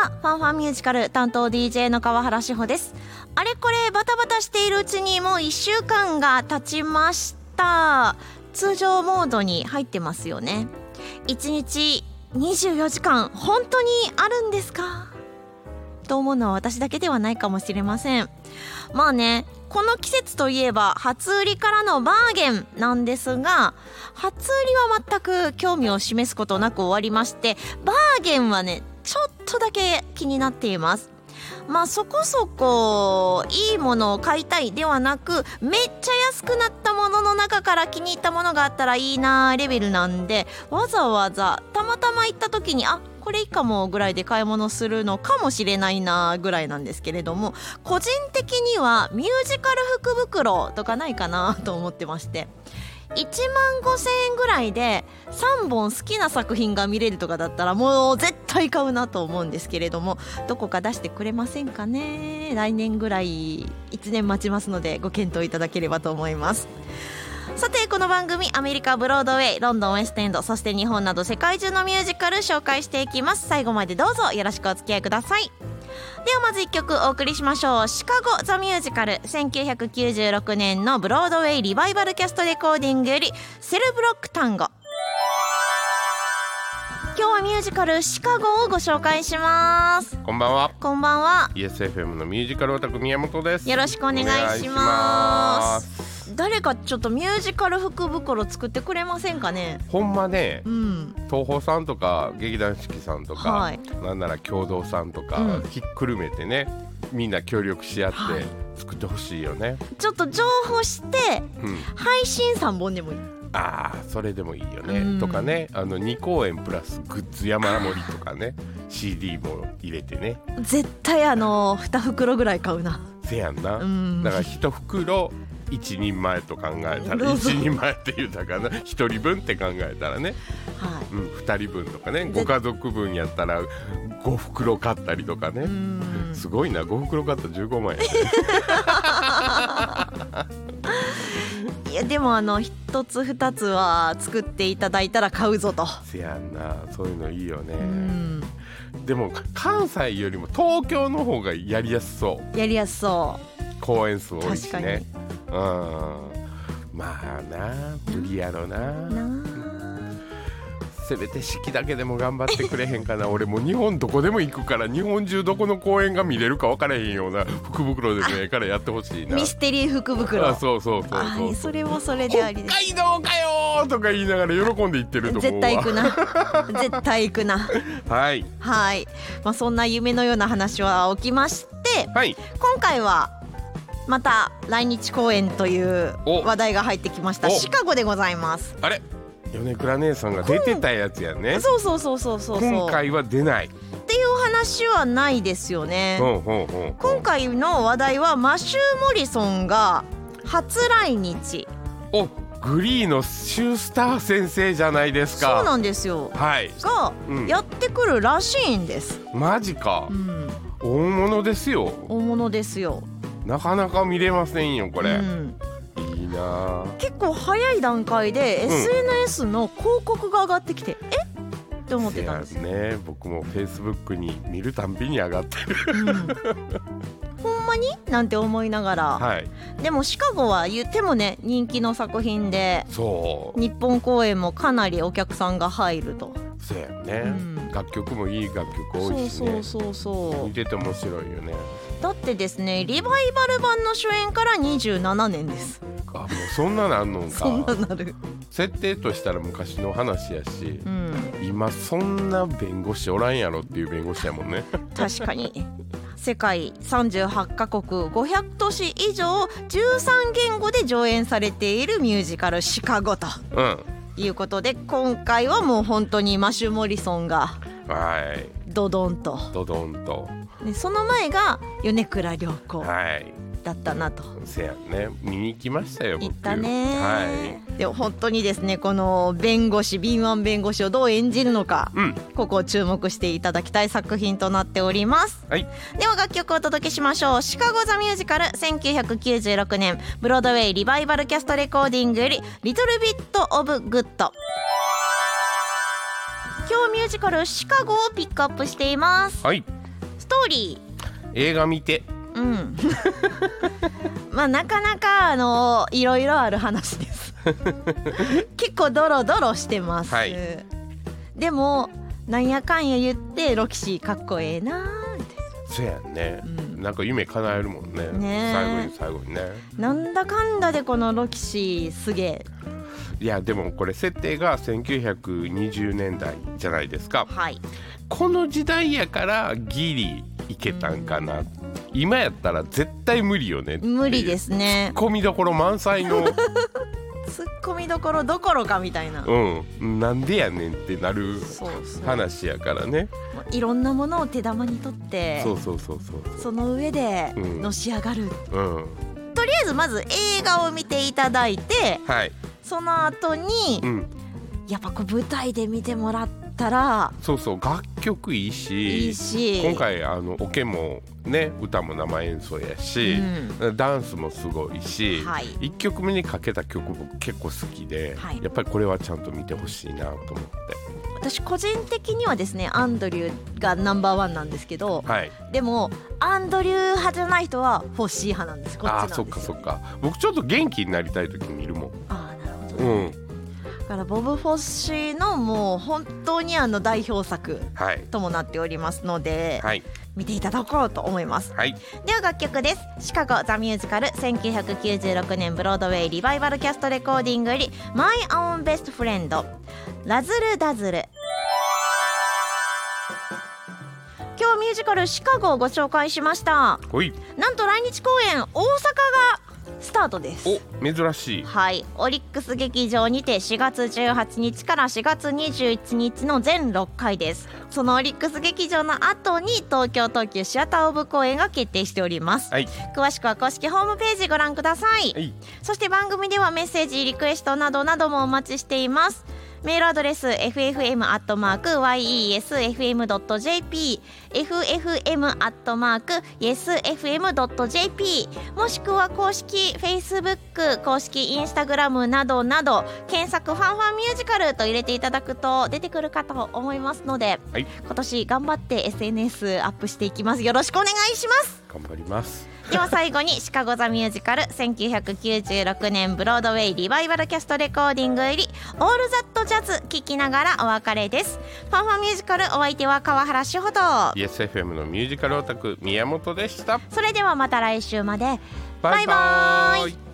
は。ファンファンミュージカル担当 DJ の川原志保です。あれこれバタバタしているうちにもう1週間が経ちました。通常モードに入ってますよね。1日24時間本当にあるんですかと思うのは私だけではないかもしれません。まあね、この季節といえば初売りからのバーゲンなんですが、初売りは全く興味を示すことなく終わりまして、バーゲンはねちょっとだけ気になっています。まあそこそこいいものを買いたいではなく、めっちゃ安くなったものの中から気に入ったものがあったらいいなレベルなんで、わざわざたまたま行った時にこれいいかもぐらいで買い物するのかもしれないなぐらいなんですけれども、個人的にはミュージカル福袋とかないかなと思ってまして、1万5,000円ぐらいで3本好きな作品が見れるとかだったらもう絶対買うなと思うんですけれども、どこか出してくれませんかね。来年ぐらい1年待ちますのでご検討いただければと思います。さてこの番組、アメリカブロードウェイ、ロンドンウェストエンド、そして日本など世界中のミュージカル紹介していきます。最後までどうぞよろしくお付き合いください。ではまず1曲お送りしましょう。シカゴザミュージカル、1996年のブロードウェイリバイバルキャストレコーディングよりセルブロックタンゴ。今日はミュージカルシカゴをご紹介します。 こんばんは。 こんばんは。 ESFM のミュージカルオタク宮本です。 よろしくお願いします。誰かちょっとミュージカル福袋作ってくれませんかね。 ほんまね、東宝さんとか劇団四季さんとか、はい、なんなら共同さんとか、ひっくるめてね、みんな協力し合って作ってほしいよね、 ちょっと情報して、配信3本でもいい。 それでもいいよね、とかね、2公演プラスグッズ山盛りとかねCD も入れてね、 絶対2袋ぐらい買うな。 せやんな、だから1袋1人前と考えたら、1人前って言うたかな、1人分って考えたらね、2人分とかね、ご家族分やったら5袋買ったりとかね、すごいな、5袋買ったら15万円、ね、 いやでも1つ2つは作っていただいたら買うぞと。 せやんな、そういうのいいよね。でも関西よりも東京の方がやりやすそう。 やりやすそう。 公演数多いしね。まあな、無理やろな。せめて式だけでも頑張ってくれへんかな。俺もう日本どこでも行くから、日本中どこの公演が見れるか分からへんような福袋でもええからやってほしいな。 ミステリー福袋。 そうそれもそれでありです。 北海道かよとか言いながら喜んで行ってると思うわ。 絶対行くな絶対行くなはい、そんな夢のような話は起きまして、今回はまた来日公演という話題が入ってきました。シカゴでございます。 あれ、米倉姉さんが出てたやつやね。 そう今回は出ないっていう話はないですよね。今回の話題はマシュー・モリソンが初来日。 グリーのシュースター先生じゃないですか。 そうなんですよ、がやってくるらしいんです。 マジか、大物ですよ。 大物ですよ。 なかなか見れませんよこれ、いいな。 結構早い段階で SNS の広告が上がってきて、って思ってたんですよね。僕も Facebook に見るたんびに上がってる、 ほんまになんて思いながら、でもシカゴは言ってもね人気の作品で、日本公演もかなりお客さんが入ると。 そうやね、楽曲もいい楽曲多いしね。見てて面白いよね。 だってですね、リバイバル版の主演から27年です。 もうそんななんのか。 そんななる。 設定としたら昔の話やし、今そんな弁護士おらんやろっていう弁護士やもんね。確かに世界38カ国500都市以上13言語で上演されているミュージカルシカゴと、いうことで、今回はもう本当にマシュ・モリソンがドドンと、その前が米倉涼子だったなと。 せやね、見に行きましたよ僕。 行ったね、でも本当にですね、この敏腕弁護士をどう演じるのか、ここを注目していただきたい作品となっております。では楽曲をお届けしましょう。シカゴザミュージカル、1996年ブロードウェイリバイバルキャストレコーディングよりリトルビットオブグッド。今日ミュージカルシカゴをピックアップしています。 トーリー映画見てまあなかなかいろいろある話です結構ドロドロしてます、でもなんやかんや言ってロキシーかっこええなーって。 そうやんね、なんか夢叶えるもん ね最後にね。 なんだかんだでこのロキシーすげえ。 いやでもこれ設定が1920年代じゃないですか、この時代やからギリいけたんかな、今やったら絶対無理よね。 無理ですね。 ツッコミどころ満載のツッコミどころどころかみたいな、 なんでやねんってなる話やからね。 いろんなものを手玉に取ってその上でのし上がる、とりあえずまず映画を見ていただいて、その後に、やっぱこう舞台で見てもらったら楽曲いいし今回オケもね歌も生演奏やし、ダンスもすごいし、1曲目にかけた曲僕結構好きで、やっぱりこれはちゃんと見てほしいなと思って。 私個人的にはですねアンドリューがナンバーワンなんですけど、でもアンドリュー派じゃない人はフォッシー派なんです。こっちなんですよ。 そっか僕ちょっと元気になりたい時見るもん。 なるほどね、だからボブ・フォッシーのもう本当に代表作ともなっておりますので、見ていただこうと思います、では楽曲です。シカゴ・ザ・ミュージカル1996年ブロードウェイリバイバルキャストレコーディングより My Own Best Friend ラズルダズル。今日ミュージカルシカゴをご紹介しました。なんと来日公演大阪がスタートです。 珍しい。 オリックス劇場にて4月18日から4月21日の全6回です。そのオリックス劇場の後に東京東急シアターオブ公演が決定しております、詳しくは公式ホームページご覧ください、そして番組ではメッセージリクエストなどなどもお待ちしています。メールアドレス ffm@yesfm.jp ffm@yesfm.jp もしくは公式 Facebook 公式 Instagram などなど検索ファンファンミュージカルと入れていただくと出てくるかと思いますので、今年頑張って SNS アップしていきます。よろしくお願いします。 頑張ります。 では最後にシカゴザミュージカル1996年ブロードウェイリバイバルキャストレコーディングよりオールザットジャズ聴きながらお別れです。ファンファンミュージカルお相手は川原志穂と YesFM のミュージカルオタク宮本でした。 それではまた来週まで。 バイバイ。